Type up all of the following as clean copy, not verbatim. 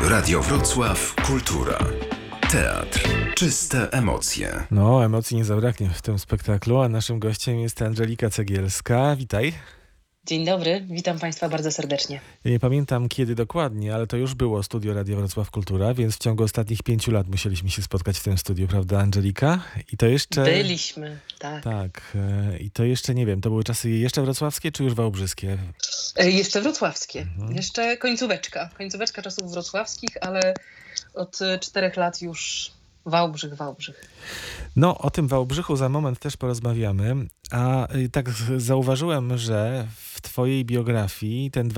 Radio Wrocław Kultura. Teatr. Czyste emocje. No, emocji nie zabraknie w tym spektaklu, a naszym gościem jest Angelika Cegielska. Witaj. Dzień dobry, witam Państwa bardzo serdecznie. Ja nie pamiętam kiedy dokładnie, ale to już było studio Radio Wrocław Kultura, więc w ciągu ostatnich 5 lat musieliśmy się spotkać w tym studiu, prawda, Angelika? I to jeszcze... Byliśmy, tak. Tak, i to jeszcze, nie wiem, to były czasy jeszcze wrocławskie, czy już wałbrzyskie? Jeszcze wrocławskie, jeszcze końcóweczka czasów wrocławskich, ale od 4 lat już Wałbrzych. No, o tym Wałbrzychu za moment też porozmawiamy, a tak zauważyłem, że w twojej biografii ten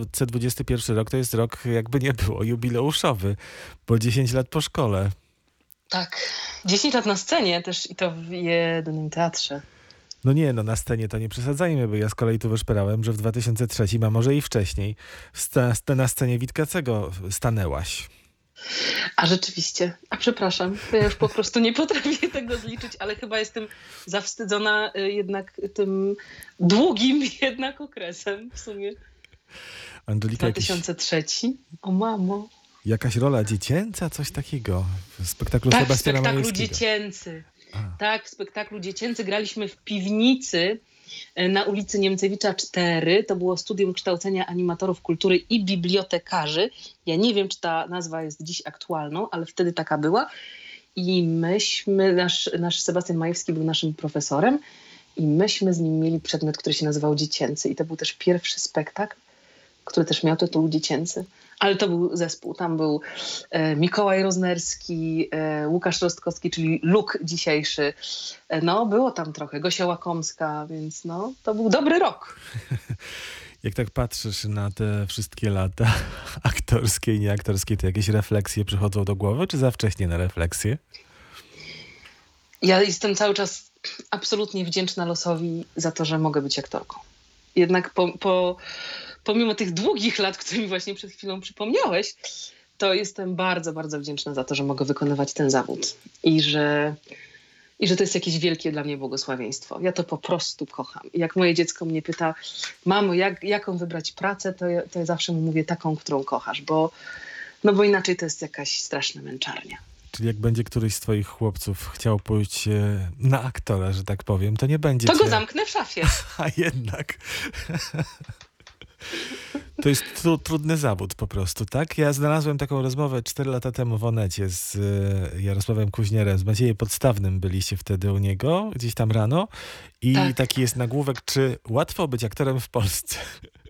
2021 rok to jest rok, jakby nie było, jubileuszowy, bo 10 lat po szkole. Tak, 10 lat na scenie też i to w jednym teatrze. No nie, no na scenie to nie przesadzajmy, bo ja z kolei tu wyszperałem, że w 2003, a może i wcześniej, na scenie Witkacego stanęłaś. A rzeczywiście, przepraszam, to ja już po prostu nie potrafię tego zliczyć, ale chyba jestem zawstydzona jednak tym długim jednak okresem w sumie. Angelika, 2003. O mamo. Jakaś rola dziecięca, coś takiego w spektaklu Tak, Sebastiana w spektaklu Majewskiego. dziecięcy. Tak, w spektaklu dziecięcy graliśmy w piwnicy na ulicy Niemcewicza 4. To było Studium Kształcenia Animatorów Kultury i Bibliotekarzy. Ja nie wiem, czy ta nazwa jest dziś aktualną, ale wtedy taka była. I nasz Sebastian Majewski był naszym profesorem i myśmy z nim mieli przedmiot, który się nazywał Dziecięcy. I to był też pierwszy spektakl, który też miał tytuł Dziecięcy. Ale to był zespół. Tam był Mikołaj Roznerski, Łukasz Rostkowski, czyli Luk dzisiejszy. No, było tam trochę. Gosia Łakomska, więc no, to był dobry rok. Jak tak patrzysz na te wszystkie lata aktorskie i nieaktorskie, to jakieś refleksje przychodzą do głowy, czy za wcześnie na refleksje? Ja jestem cały czas absolutnie wdzięczna losowi za to, że mogę być aktorką. Jednak pomimo tych długich lat, które mi właśnie przed chwilą przypomniałeś, to jestem bardzo, bardzo wdzięczna za to, że mogę wykonywać ten zawód i że to jest jakieś wielkie dla mnie błogosławieństwo. Ja to po prostu kocham. I jak moje dziecko mnie pyta, mamo, jaką wybrać pracę, to ja zawsze mu mówię taką, którą kochasz, bo inaczej to jest jakaś straszna męczarnia. Czyli jak będzie któryś z twoich chłopców chciał pójść na aktora, że tak powiem, to nie będzie To go zamknę w szafie. A jednak... To jest trudny zawód po prostu, tak? Ja znalazłem taką rozmowę 4 lata temu w Onecie z Jarosławem Kuźnierem, z Maciejem Podstawnym byliście wtedy u niego, gdzieś tam rano i taki jest nagłówek, czy łatwo być aktorem w Polsce?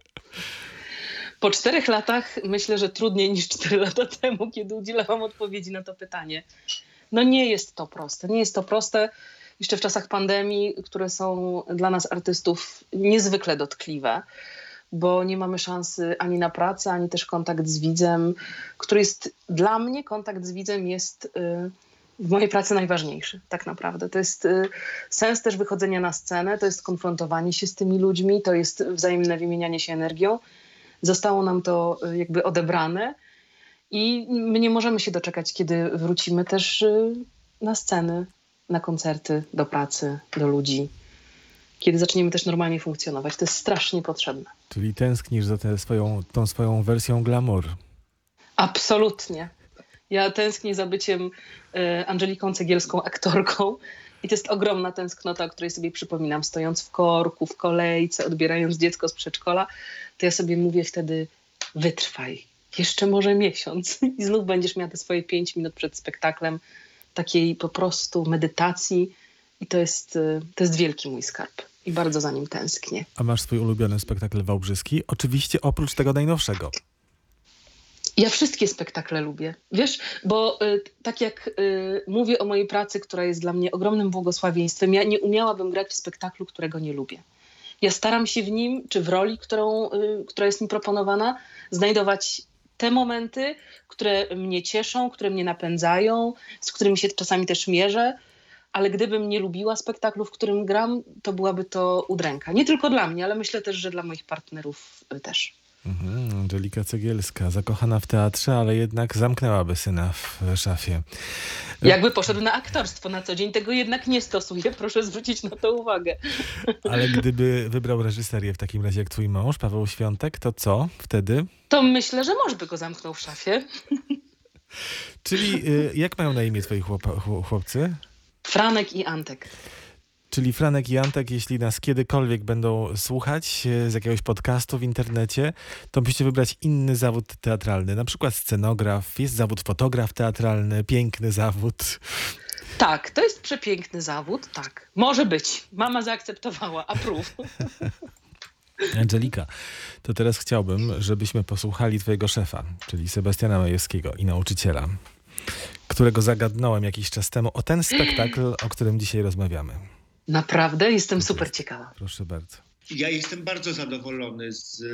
Po 4 latach myślę, że trudniej niż 4 lata temu, kiedy udzielałam odpowiedzi na to pytanie. No nie jest to proste. Nie jest to proste jeszcze w czasach pandemii, które są dla nas artystów niezwykle dotkliwe, bo nie mamy szansy ani na pracę, ani też kontakt z widzem, który jest dla mnie, kontakt z widzem jest w mojej pracy najważniejszy, tak naprawdę. To jest sens też wychodzenia na scenę, to jest konfrontowanie się z tymi ludźmi, to jest wzajemne wymienianie się energią. Zostało nam to jakby odebrane i my nie możemy się doczekać, kiedy wrócimy też na sceny, na koncerty, do pracy, do ludzi. Kiedy zaczniemy też normalnie funkcjonować. To jest strasznie potrzebne. Czyli tęsknisz za tą swoją wersją glamour. Absolutnie. Ja tęsknię za byciem Angeliką Cegielską, aktorką. I to jest ogromna tęsknota, o której sobie przypominam. Stojąc w korku, w kolejce, odbierając dziecko z przedszkola, to ja sobie mówię wtedy, wytrwaj. Jeszcze może miesiąc. I znów będziesz miała te swoje 5 minut przed spektaklem takiej po prostu medytacji. I to jest wielki mój skarb. I bardzo za nim tęsknię. A masz swój ulubiony spektakl wałbrzyski? Oczywiście oprócz tego najnowszego. Ja wszystkie spektakle lubię. Wiesz, bo tak jak mówię o mojej pracy, która jest dla mnie ogromnym błogosławieństwem, ja nie umiałabym grać w spektaklu, którego nie lubię. Ja staram się w nim, czy w roli, która jest mi proponowana, znajdować te momenty, które mnie cieszą, które mnie napędzają, z którymi się czasami też mierzę. Ale gdybym nie lubiła spektaklu, w którym gram, to byłaby to udręka. Nie tylko dla mnie, ale myślę też, że dla moich partnerów też. Angelika Cegielska, zakochana w teatrze, ale jednak zamknęłaby syna w szafie. Jakby poszedł na aktorstwo na co dzień, tego jednak nie stosuje. Proszę zwrócić na to uwagę. Ale gdyby wybrał reżyserię w takim razie jak twój mąż, Paweł Świątek, to co wtedy? To myślę, że mąż by go zamknął w szafie. Czyli jak mają na imię twoi chłopcy? Franek i Antek. Czyli Franek i Antek, jeśli nas kiedykolwiek będą słuchać z jakiegoś podcastu w internecie, to musicie wybrać inny zawód teatralny. Na przykład scenograf, jest zawód fotograf teatralny, piękny zawód. Tak, to jest przepiękny zawód, tak. Może być. Mama zaakceptowała, approve. Angelika, to teraz chciałbym, żebyśmy posłuchali twojego szefa, czyli Sebastiana Majewskiego i nauczyciela, którego zagadnąłem jakiś czas temu o ten spektakl, o którym dzisiaj rozmawiamy. Naprawdę? Jestem super ciekawa. Proszę bardzo. Ja jestem bardzo zadowolony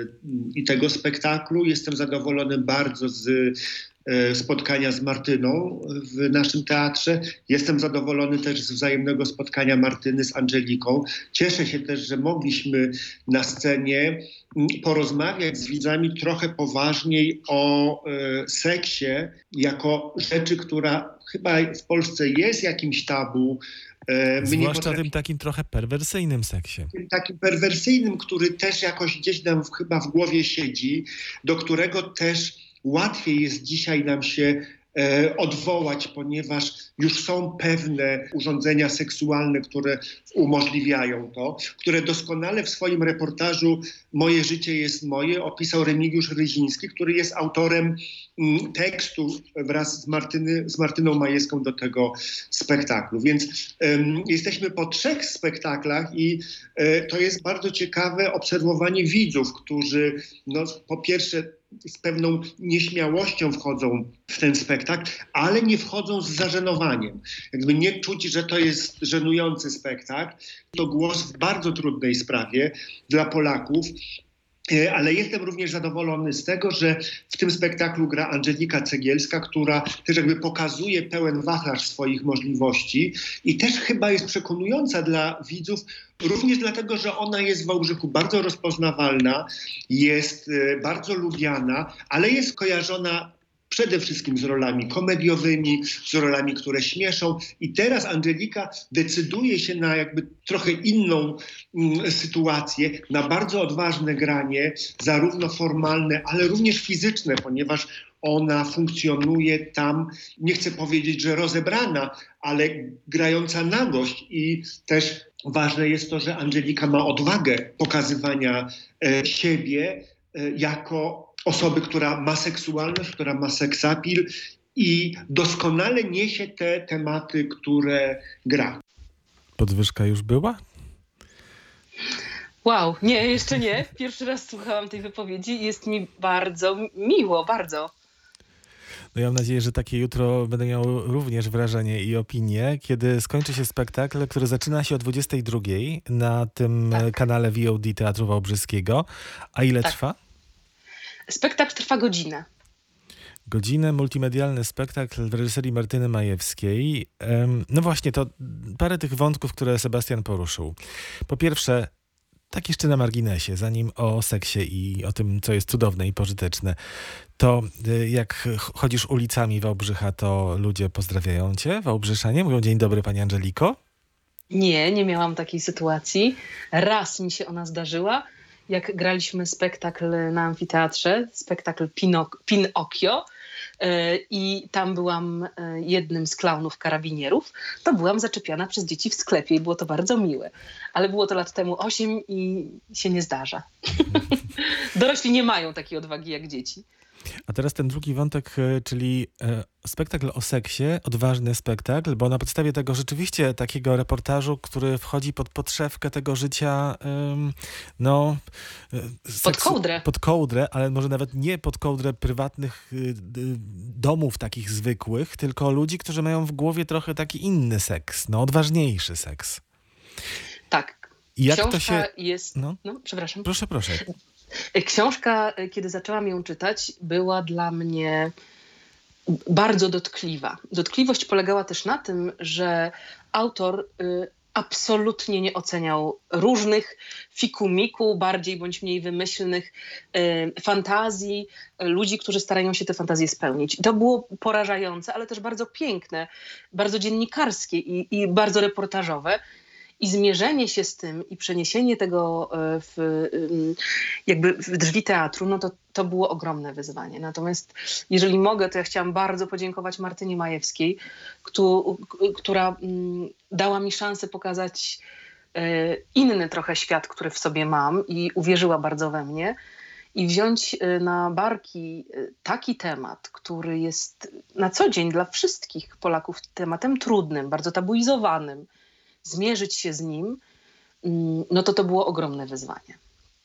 i tego spektaklu. Jestem zadowolony bardzo z spotkania z Martyną w naszym teatrze. Jestem zadowolony też z wzajemnego spotkania Martyny z Angeliką. Cieszę się też, że mogliśmy na scenie porozmawiać z widzami trochę poważniej o seksie jako rzeczy, która chyba w Polsce jest jakimś tabu. Zwłaszcza tym takim trochę perwersyjnym seksie. Tym takim perwersyjnym, który też jakoś gdzieś nam chyba w głowie siedzi, do którego też łatwiej jest dzisiaj nam się odwołać, ponieważ już są pewne urządzenia seksualne, które umożliwiają to, które doskonale w swoim reportażu Moje życie jest moje opisał Remigiusz Ryziński, który jest autorem tekstu wraz z Martyną Majewską do tego spektaklu. Więc jesteśmy po 3 spektaklach i to jest bardzo ciekawe obserwowanie widzów, którzy po pierwsze z pewną nieśmiałością wchodzą w ten spektakl, ale nie wchodzą z zażenowaniem. Jakby nie czuć, że to jest żenujący spektakl. To głos w bardzo trudnej sprawie dla Polaków. Ale jestem również zadowolony z tego, że w tym spektaklu gra Angelika Cegielska, która też jakby pokazuje pełen wachlarz swoich możliwości i też chyba jest przekonująca dla widzów, również dlatego, że ona jest w Wałbrzychu bardzo rozpoznawalna, jest bardzo lubiana, ale jest kojarzona przede wszystkim z rolami komediowymi, z rolami, które śmieszą. I teraz Angelika decyduje się na jakby trochę inną sytuację, na bardzo odważne granie, zarówno formalne, ale również fizyczne, ponieważ ona funkcjonuje tam, nie chcę powiedzieć, że rozebrana, ale grająca nagość. I też ważne jest to, że Angelika ma odwagę pokazywania siebie jako osoby, która ma seksualność, która ma seksapil i doskonale niesie te tematy, które gra. Podwyżka już była? Wow, nie, jeszcze nie. Pierwszy raz słuchałam tej wypowiedzi i jest mi bardzo miło, bardzo. No ja mam nadzieję, że takie jutro będę miał również wrażenie i opinię, kiedy skończy się spektakl, który zaczyna się o 22:00 na tym kanale VOD Teatru Wałbrzyskiego. A ile trwa? Spektakl trwa godzinę. Godzinę, multimedialny spektakl w reżyserii Martyny Majewskiej. No właśnie, to parę tych wątków, które Sebastian poruszył. Po pierwsze, tak jeszcze na marginesie, zanim o seksie i o tym, co jest cudowne i pożyteczne, to jak chodzisz ulicami Wałbrzycha, to ludzie pozdrawiają cię, Wałbrzyszanie, mówią dzień dobry pani Angeliko? Nie miałam takiej sytuacji. Raz mi się ona zdarzyła, jak graliśmy spektakl na amfiteatrze, spektakl Pinokio i tam byłam jednym z klaunów karabinierów, to byłam zaczepiana przez dzieci w sklepie i było to bardzo miłe. Ale było to lat temu 8 i się nie zdarza. Dorośli nie mają takiej odwagi jak dzieci. A teraz ten drugi wątek, czyli spektakl o seksie, odważny spektakl, bo na podstawie tego rzeczywiście takiego reportażu, który wchodzi pod podszewkę tego życia, pod kołdrę. Pod kołdrę, ale może nawet nie pod kołdrę prywatnych domów takich zwykłych, tylko ludzi, którzy mają w głowie trochę taki inny seks, odważniejszy seks. Tak. I jak książka to się... jest... przepraszam. Proszę. Książka, kiedy zaczęłam ją czytać, była dla mnie bardzo dotkliwa. Dotkliwość polegała też na tym, że autor absolutnie nie oceniał różnych fikumiku, bardziej bądź mniej wymyślnych fantazji, ludzi, którzy starają się te fantazje spełnić. I to było porażające, ale też bardzo piękne, bardzo dziennikarskie i bardzo reportażowe. I zmierzenie się z tym i przeniesienie tego w drzwi teatru, no to było ogromne wyzwanie. Natomiast jeżeli mogę, to ja chciałam bardzo podziękować Martynie Majewskiej, która dała mi szansę pokazać inny trochę świat, który w sobie mam i uwierzyła bardzo we mnie. I wziąć na barki taki temat, który jest na co dzień dla wszystkich Polaków tematem trudnym, bardzo tabuizowanym, zmierzyć się z nim, no to było ogromne wyzwanie.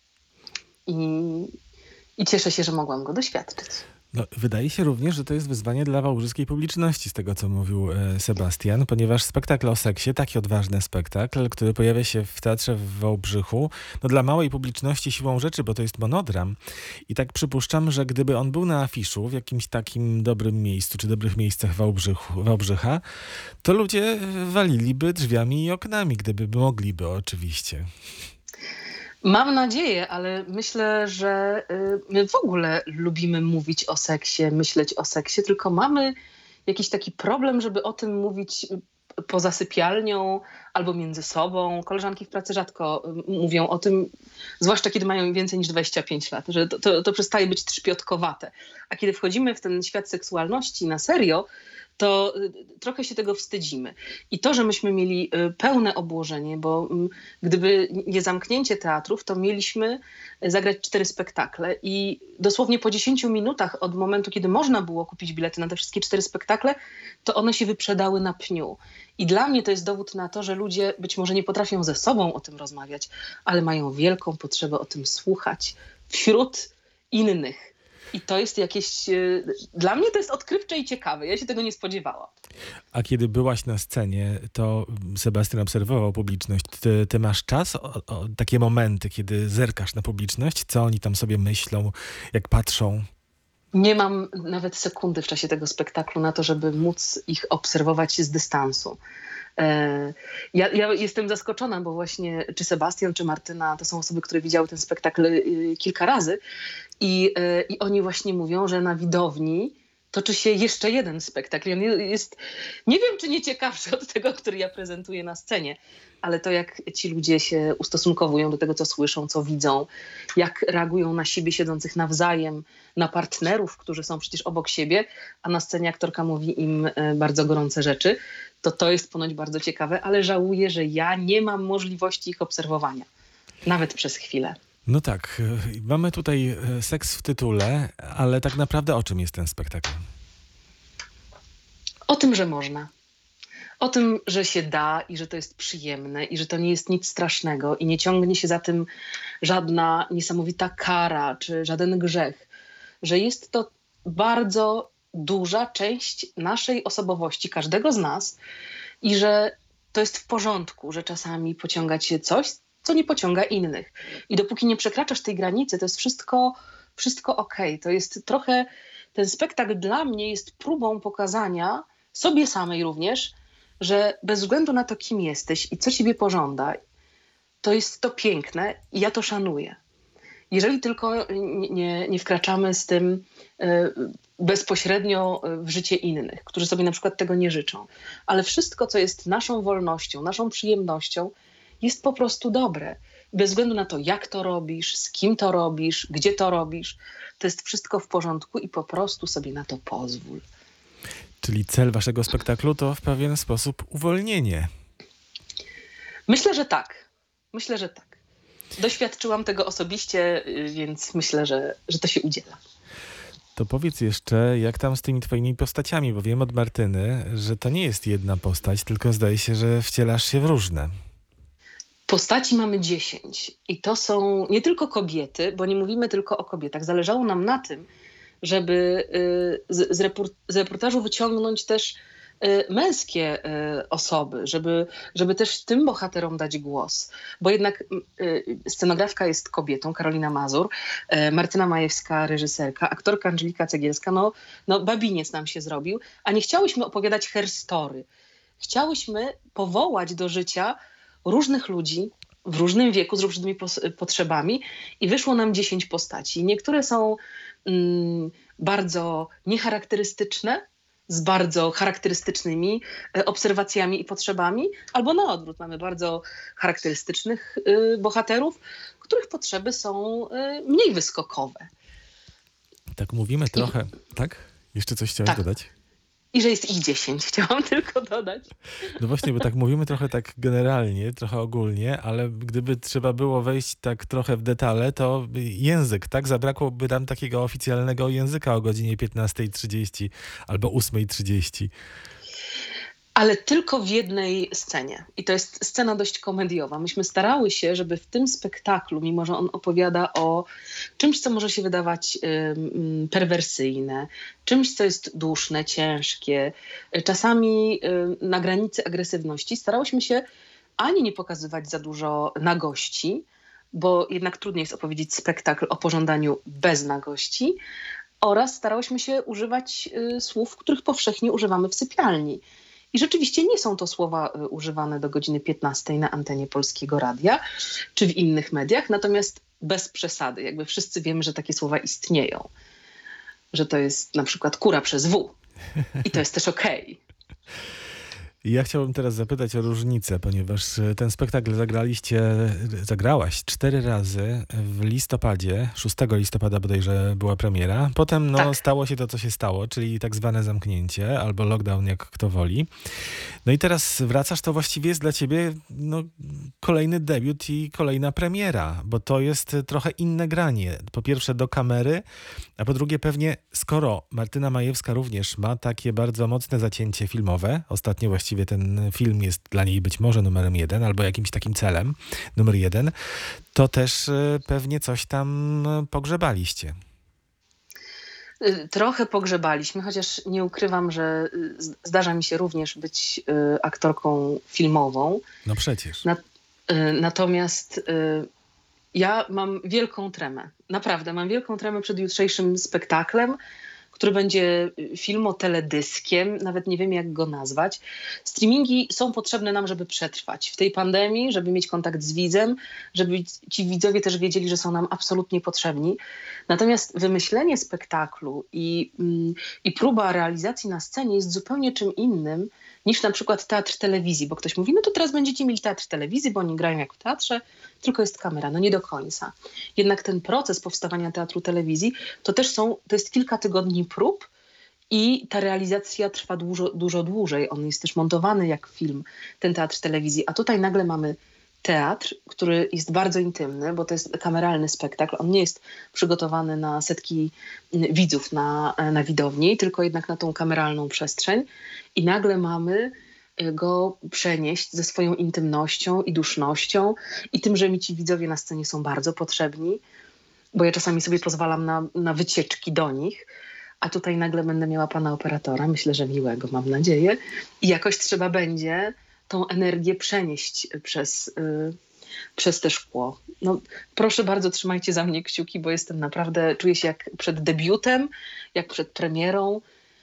I cieszę się, że mogłam go doświadczyć. No, wydaje się również, że to jest wyzwanie dla wałbrzyskiej publiczności, z tego co mówił Sebastian, ponieważ spektakl o seksie, taki odważny spektakl, który pojawia się w Teatrze w Wałbrzychu, no dla małej publiczności siłą rzeczy, bo to jest monodram. I tak przypuszczam, że gdyby on był na afiszu w jakimś takim dobrym miejscu, czy dobrych miejscach Wałbrzycha, to ludzie waliliby drzwiami i oknami, gdyby mogliby oczywiście. Mam nadzieję, ale myślę, że my w ogóle lubimy mówić o seksie, myśleć o seksie, tylko mamy jakiś taki problem, żeby o tym mówić poza sypialnią albo między sobą. Koleżanki w pracy rzadko mówią o tym, zwłaszcza kiedy mają więcej niż 25 lat, że to przestaje być trzpiotkowate. A kiedy wchodzimy w ten świat seksualności na serio, to trochę się tego wstydzimy. I to, że myśmy mieli pełne obłożenie, bo gdyby nie zamknięcie teatrów, to mieliśmy zagrać 4 spektakle i dosłownie po 10 minutach od momentu, kiedy można było kupić bilety na te wszystkie 4 spektakle, to one się wyprzedały na pniu. I dla mnie to jest dowód na to, że ludzie być może nie potrafią ze sobą o tym rozmawiać, ale mają wielką potrzebę o tym słuchać wśród innych. I to jest jakieś... Dla mnie to jest odkrywcze i ciekawe. Ja się tego nie spodziewałam. A kiedy byłaś na scenie, to Sebastian obserwował publiczność. Ty masz czas, takie momenty, kiedy zerkasz na publiczność? Co oni tam sobie myślą, jak patrzą? Nie mam nawet sekundy w czasie tego spektaklu na to, żeby móc ich obserwować z dystansu. Ja jestem zaskoczona, bo właśnie czy Sebastian, czy Martyna to są osoby, które widziały ten spektakl kilka razy i oni właśnie mówią, że na widowni toczy się jeszcze jeden spektakl. On jest, nie wiem, czy nie ciekawszy od tego, który ja prezentuję na scenie, ale to jak ci ludzie się ustosunkowują do tego, co słyszą, co widzą, jak reagują na siebie siedzących nawzajem, na partnerów, którzy są przecież obok siebie, a na scenie aktorka mówi im bardzo gorące rzeczy, to jest ponoć bardzo ciekawe, ale żałuję, że ja nie mam możliwości ich obserwowania. Nawet przez chwilę. No tak, mamy tutaj seks w tytule, ale tak naprawdę o czym jest ten spektakl? O tym, że można. O tym, że się da i że to jest przyjemne i że to nie jest nic strasznego i nie ciągnie się za tym żadna niesamowita kara czy żaden grzech. Że jest to bardzo duża część naszej osobowości, każdego z nas i że to jest w porządku, że czasami pociąga cię coś, co nie pociąga innych. I dopóki nie przekraczasz tej granicy, to jest wszystko okej. To jest trochę, ten spektakl dla mnie jest próbą pokazania sobie samej również, że bez względu na to, kim jesteś i co ciebie pożąda, to jest to piękne i ja to szanuję. Jeżeli tylko nie wkraczamy z tym bezpośrednio w życie innych, którzy sobie na przykład tego nie życzą. Ale wszystko, co jest naszą wolnością, naszą przyjemnością, jest po prostu dobre. Bez względu na to, jak to robisz, z kim to robisz, gdzie to robisz, to jest wszystko w porządku i po prostu sobie na to pozwól. Czyli cel waszego spektaklu to w pewien sposób uwolnienie. Myślę, że tak. Doświadczyłam tego osobiście, więc myślę, że to się udziela. To powiedz jeszcze, jak tam z tymi twoimi postaciami, bo wiem od Martyny, że to nie jest jedna postać, tylko zdaje się, że wcielasz się w różne. Postaci mamy 10 i to są nie tylko kobiety, bo nie mówimy tylko o kobietach. Zależało nam na tym, żeby z reportażu wyciągnąć też męskie osoby, żeby też tym bohaterom dać głos. Bo jednak scenografka jest kobietą, Karolina Mazur, Martyna Majewska, reżyserka, aktorka Angelika Cegielska, no babiniec nam się zrobił, a nie chciałyśmy opowiadać herstory. Chciałyśmy powołać do życia różnych ludzi w różnym wieku, z różnymi potrzebami i wyszło nam 10 postaci. Niektóre są bardzo niecharakterystyczne, z bardzo charakterystycznymi obserwacjami i potrzebami, albo na odwrót. Mamy bardzo charakterystycznych bohaterów, których potrzeby są mniej wyskokowe. Tak mówimy trochę, tak? Jeszcze coś chciałeś dodać? I że jest ich 10, chciałam tylko dodać. No właśnie, bo tak mówimy trochę tak generalnie, trochę ogólnie, ale gdyby trzeba było wejść tak trochę w detale, to język, tak? Zabrakłoby nam takiego oficjalnego języka o godzinie 15:30 albo 8:30. Ale tylko w jednej scenie. I to jest scena dość komediowa. Myśmy starały się, żeby w tym spektaklu, mimo że on opowiada o czymś, co może się wydawać perwersyjne, czymś, co jest duszne, ciężkie, czasami na granicy agresywności, starałyśmy się ani nie pokazywać za dużo nagości, bo jednak trudniej jest opowiedzieć spektakl o pożądaniu bez nagości, oraz starałyśmy się używać słów, których powszechnie używamy w sypialni. I rzeczywiście nie są to słowa używane do godziny 15 na antenie Polskiego Radia czy w innych mediach, natomiast bez przesady. Jakby wszyscy wiemy, że takie słowa istnieją. Że to jest na przykład kura przez W. I to jest też okej. Ja chciałbym teraz zapytać o różnicę, ponieważ ten spektakl zagrałaś 4 razy w listopadzie, 6 listopada bodajże była premiera. Potem stało się to, co się stało, czyli tak zwane zamknięcie albo lockdown, jak kto woli. No i teraz wracasz, to właściwie jest dla ciebie kolejny debiut i kolejna premiera, bo to jest trochę inne granie. Po pierwsze do kamery, a po drugie pewnie, skoro Martyna Majewska również ma takie bardzo mocne zacięcie filmowe, ostatnio właściwie ten film jest dla niej być może numerem 1 albo jakimś takim celem numer 1, to też pewnie coś tam pogrzebaliście. Trochę pogrzebaliśmy, chociaż nie ukrywam, że zdarza mi się również być aktorką filmową. No przecież. Natomiast ja mam wielką tremę. Naprawdę, mam wielką tremę przed jutrzejszym spektaklem, który będzie filmoteledyskiem, nawet nie wiem, jak go nazwać. Streamingi są potrzebne nam, żeby przetrwać w tej pandemii, żeby mieć kontakt z widzem, żeby ci widzowie też wiedzieli, że są nam absolutnie potrzebni. Natomiast wymyślenie spektaklu i próba realizacji na scenie jest zupełnie czym innym niż na przykład teatr telewizji, bo ktoś mówi, no to teraz będziecie mieli teatr telewizji, bo oni grają jak w teatrze, tylko jest kamera. No nie do końca. Jednak ten proces powstawania teatru telewizji to jest kilka tygodni prób i ta realizacja trwa dużo dłużej. On jest też montowany jak film, ten teatr telewizji. A tutaj nagle mamy teatr, który jest bardzo intymny, bo to jest kameralny spektakl. On nie jest przygotowany na setki widzów na widowni, tylko jednak na tą kameralną przestrzeń. I nagle mamy go przenieść ze swoją intymnością i dusznością i tym, że mi ci widzowie na scenie są bardzo potrzebni, bo ja czasami sobie pozwalam na wycieczki do nich, a tutaj nagle będę miała pana operatora, myślę, że miłego, mam nadzieję, i jakoś trzeba będzie tą energię przenieść przez te szkło. No, proszę bardzo, trzymajcie za mnie kciuki, bo jestem naprawdę, czuję się jak przed debiutem, jak przed premierą.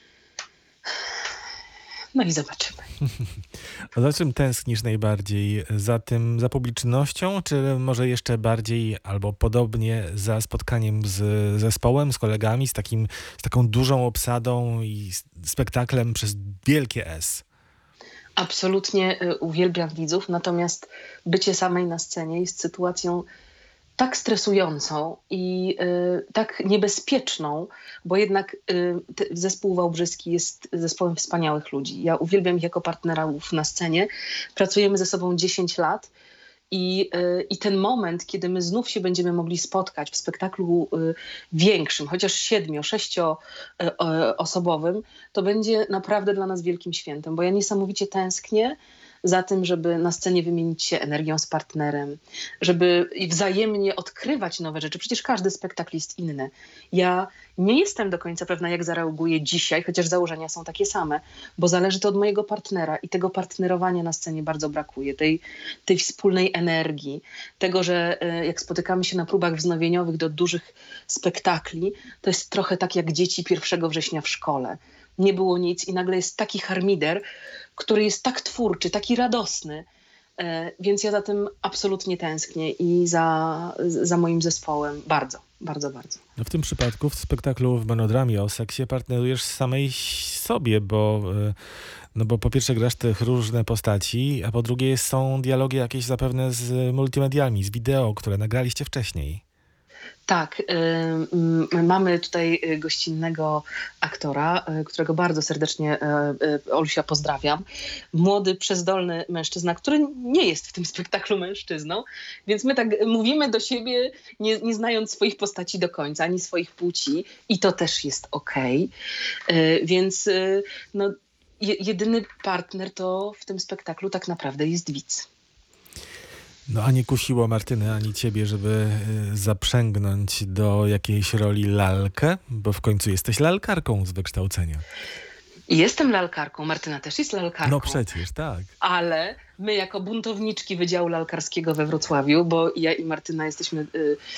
No i zobaczymy. A za czym tęsknisz najbardziej? Za publicznością, czy może jeszcze bardziej albo podobnie za spotkaniem z zespołem, z kolegami, z taką dużą obsadą i spektaklem przez wielkie S? Absolutnie uwielbiam widzów, natomiast bycie samej na scenie jest sytuacją tak stresującą i tak niebezpieczną, bo jednak zespół wałbrzyski jest zespołem wspaniałych ludzi. Ja uwielbiam ich jako partnerów na scenie. Pracujemy ze sobą 10 lat i ten moment, kiedy my znów się będziemy mogli spotkać w spektaklu większym, chociaż 7-6 osobowym, to będzie naprawdę dla nas wielkim świętem, bo ja niesamowicie tęsknię za tym, żeby na scenie wymienić się energią z partnerem, żeby wzajemnie odkrywać nowe rzeczy. Przecież każdy spektakl jest inny. Ja nie jestem do końca pewna, jak zareaguję dzisiaj, chociaż założenia są takie same, bo zależy to od mojego partnera i tego partnerowania na scenie bardzo brakuje, tej wspólnej energii, tego, że jak spotykamy się na próbach wznowieniowych do dużych spektakli, to jest trochę tak jak dzieci 1 września w szkole. Nie było nic i nagle jest taki harmider, który jest tak twórczy, taki radosny, Więc ja za tym absolutnie tęsknię i za moim zespołem bardzo, bardzo, bardzo. No w tym przypadku w spektaklu w monodramie o seksie partnerujesz samej sobie, bo po pierwsze grasz tych różne postaci, a po drugie są dialogi jakieś zapewne z multimediami, z wideo, które nagraliście wcześniej. Tak, mamy tutaj gościnnego aktora, którego bardzo serdecznie, Olusia, pozdrawiam. Młody, przezdolny mężczyzna, który nie jest w tym spektaklu mężczyzną, więc my tak mówimy do siebie, nie znając swoich postaci do końca, ani swoich płci, i to też jest okej. Więc no, jedyny partner to w tym spektaklu tak naprawdę jest widz. No a nie kusiło Martynę ani ciebie, żeby zaprzęgnąć do jakiejś roli lalkę? Bo w końcu jesteś lalkarką z wykształcenia. Jestem lalkarką, Martyna też jest lalkarką. No przecież, tak. Ale my jako buntowniczki Wydziału Lalkarskiego we Wrocławiu, bo ja i Martyna jesteśmy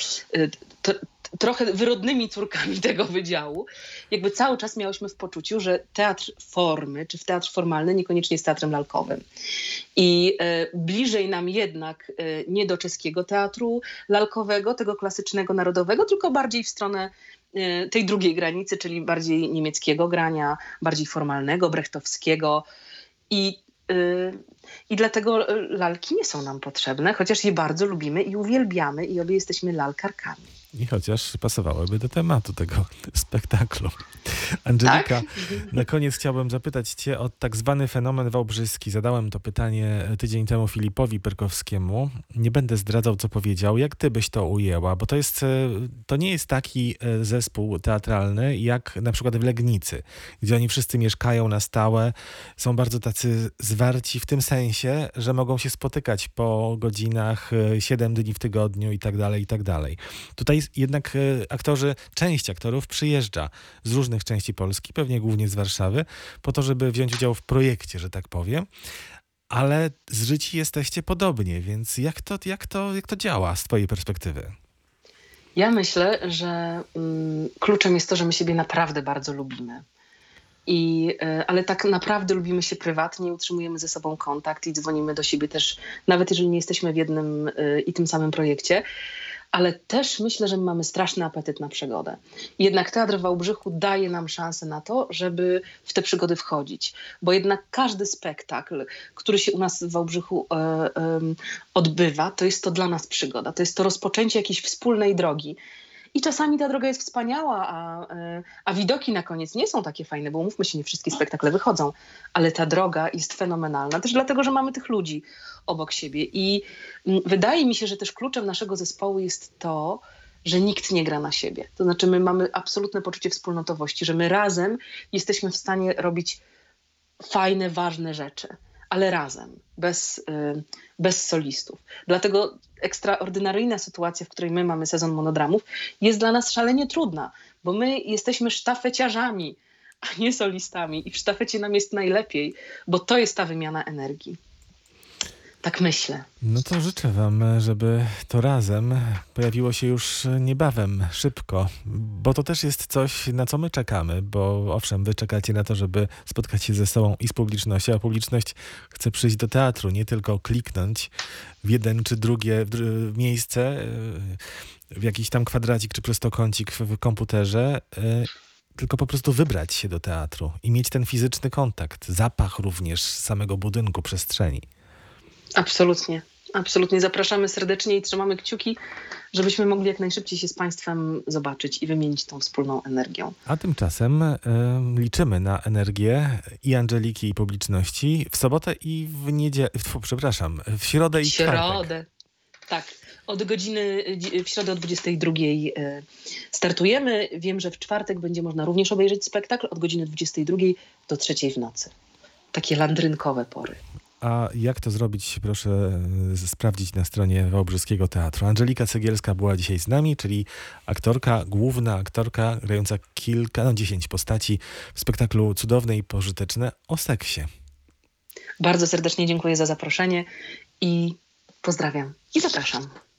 trochę wyrodnymi córkami tego wydziału, jakby cały czas miałyśmy w poczuciu, że teatr formy, czy teatr formalny niekoniecznie jest teatrem lalkowym. I bliżej nam jednak nie do czeskiego teatru lalkowego, tego klasycznego, narodowego, tylko bardziej w stronę tej drugiej granicy, czyli bardziej niemieckiego grania, bardziej formalnego, brechtowskiego. I dlatego lalki nie są nam potrzebne, chociaż je bardzo lubimy i uwielbiamy i obie jesteśmy lalkarkami. I chociaż pasowałyby do tematu tego spektaklu. Angelika, Tak? na koniec chciałbym zapytać cię o tak zwany fenomen wałbrzyski. Zadałem to pytanie tydzień temu Filipowi Perkowskiemu. Nie będę zdradzał, co powiedział. Jak ty byś to ujęła? Bo to nie jest taki zespół teatralny jak na przykład w Legnicy, gdzie oni wszyscy mieszkają na stałe, są bardzo tacy zwarci w tym sensie, że mogą się spotykać po godzinach 7 dni w tygodniu i tak dalej, i tak dalej. Tutaj jednak część aktorów przyjeżdża z różnych części Polski, pewnie głównie z Warszawy, po to, żeby wziąć udział w projekcie, że tak powiem. Ale zżyci jesteście podobnie, więc jak to działa z twojej perspektywy? Ja myślę, że kluczem jest to, że my siebie naprawdę bardzo lubimy. Ale tak naprawdę lubimy się prywatnie, utrzymujemy ze sobą kontakt i dzwonimy do siebie też, nawet jeżeli nie jesteśmy w jednym i tym samym projekcie. Ale też myślę, że mamy straszny apetyt na przygodę. Jednak Teatr w Wałbrzychu daje nam szansę na to, żeby w te przygody wchodzić. Bo jednak każdy spektakl, który się u nas w Wałbrzychu odbywa, to jest to dla nas przygoda. To jest to rozpoczęcie jakiejś wspólnej drogi. I czasami ta droga jest wspaniała, a widoki na koniec nie są takie fajne, bo umówmy się, nie wszystkie spektakle wychodzą, ale ta droga jest fenomenalna, też dlatego, że mamy tych ludzi obok siebie. I wydaje mi się, że też kluczem naszego zespołu jest to, że nikt nie gra na siebie. To znaczy my mamy absolutne poczucie wspólnotowości, że my razem jesteśmy w stanie robić fajne, ważne rzeczy, ale razem, bez solistów. Dlatego ekstraordynaryjna sytuacja, w której my mamy sezon monodramów, jest dla nas szalenie trudna, bo my jesteśmy sztafeciarzami, a nie solistami. I w sztafecie nam jest najlepiej, bo to jest ta wymiana energii. Tak myślę. No to życzę wam, żeby to razem pojawiło się już niebawem, szybko, bo to też jest coś, na co my czekamy, bo owszem, wy czekacie na to, żeby spotkać się ze sobą i z publicznością, a publiczność chce przyjść do teatru, nie tylko kliknąć w jeden czy drugie miejsce, w jakiś tam kwadracik czy prostokącik w komputerze, tylko po prostu wybrać się do teatru i mieć ten fizyczny kontakt, zapach również samego budynku, przestrzeni. Absolutnie. Absolutnie. Zapraszamy serdecznie i trzymamy kciuki, żebyśmy mogli jak najszybciej się z Państwem zobaczyć i wymienić tą wspólną energią. A tymczasem liczymy na energię i Angeliki, i publiczności w sobotę i w niedzielę, w środę i czwartek. Tak. W środę o 22 startujemy. Wiem, że w czwartek będzie można również obejrzeć spektakl od godziny 22 do 3 w nocy. Takie landrynkowe pory. A jak to zrobić, proszę sprawdzić na stronie Wałbrzyskiego Teatru. Angelika Cegielska była dzisiaj z nami, czyli główna aktorka grająca 10 postaci w spektaklu Cudowne i Pożyteczne o seksie. Bardzo serdecznie dziękuję za zaproszenie i pozdrawiam i zapraszam.